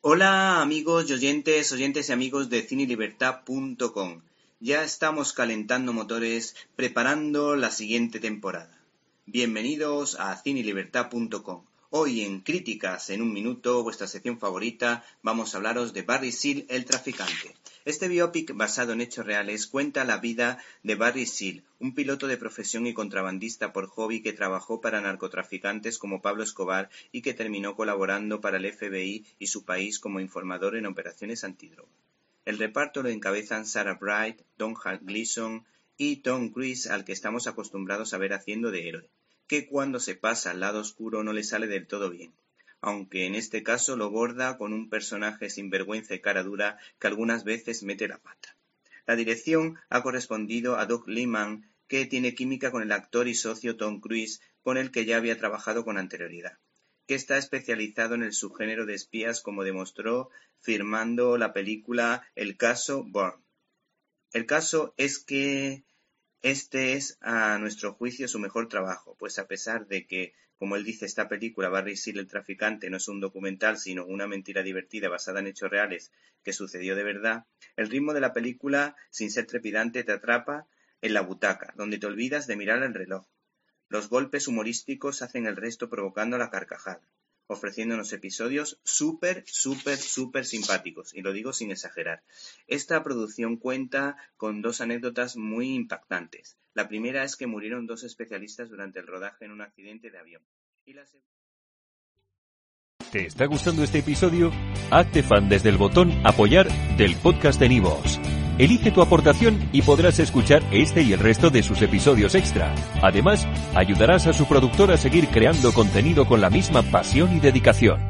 Hola amigos y oyentes y amigos de cinelibertad.com. Ya estamos calentando motores, preparando la siguiente temporada. Bienvenidos a cinelibertad.com. Hoy en Críticas en un Minuto, vuestra sección favorita, vamos a hablaros de Barry Seal, el traficante. Este biopic basado en hechos reales cuenta la vida de Barry Seal, un piloto de profesión y contrabandista por hobby que trabajó para narcotraficantes como Pablo Escobar y que terminó colaborando para el FBI y su país como informador en operaciones antidroga. El reparto lo encabezan Sarah Bright, Domhnall Gleeson y Tom Cruise, al que estamos acostumbrados a ver haciendo de héroe, que cuando se pasa al lado oscuro no le sale del todo bien, aunque en este caso lo borda con un personaje sin vergüenza y cara dura que algunas veces mete la pata. La dirección ha correspondido a Doug Liman, que tiene química con el actor y socio Tom Cruise, con el que ya había trabajado con anterioridad, que está especializado en el subgénero de espías, como demostró firmando la película El caso Bourne. El caso es que este es, a nuestro juicio, su mejor trabajo, pues a pesar de que, como él dice, esta película, Barry Seal, el traficante, no es un documental, sino una mentira divertida basada en hechos reales que sucedió de verdad, el ritmo de la película, sin ser trepidante, te atrapa en la butaca, donde te olvidas de mirar el reloj. Los golpes humorísticos hacen el resto provocando la carcajada, ofreciéndonos episodios súper simpáticos, y lo digo sin exagerar. Esta producción cuenta con dos anécdotas muy impactantes. La primera es que murieron dos especialistas durante el rodaje en un accidente de avión. ¿Te está gustando este episodio? Hazte fan desde el botón Apoyar del podcast de Nivos. Elige tu aportación y podrás escuchar este y el resto de sus episodios extra. Además, ayudarás a su productor a seguir creando contenido con la misma pasión y dedicación.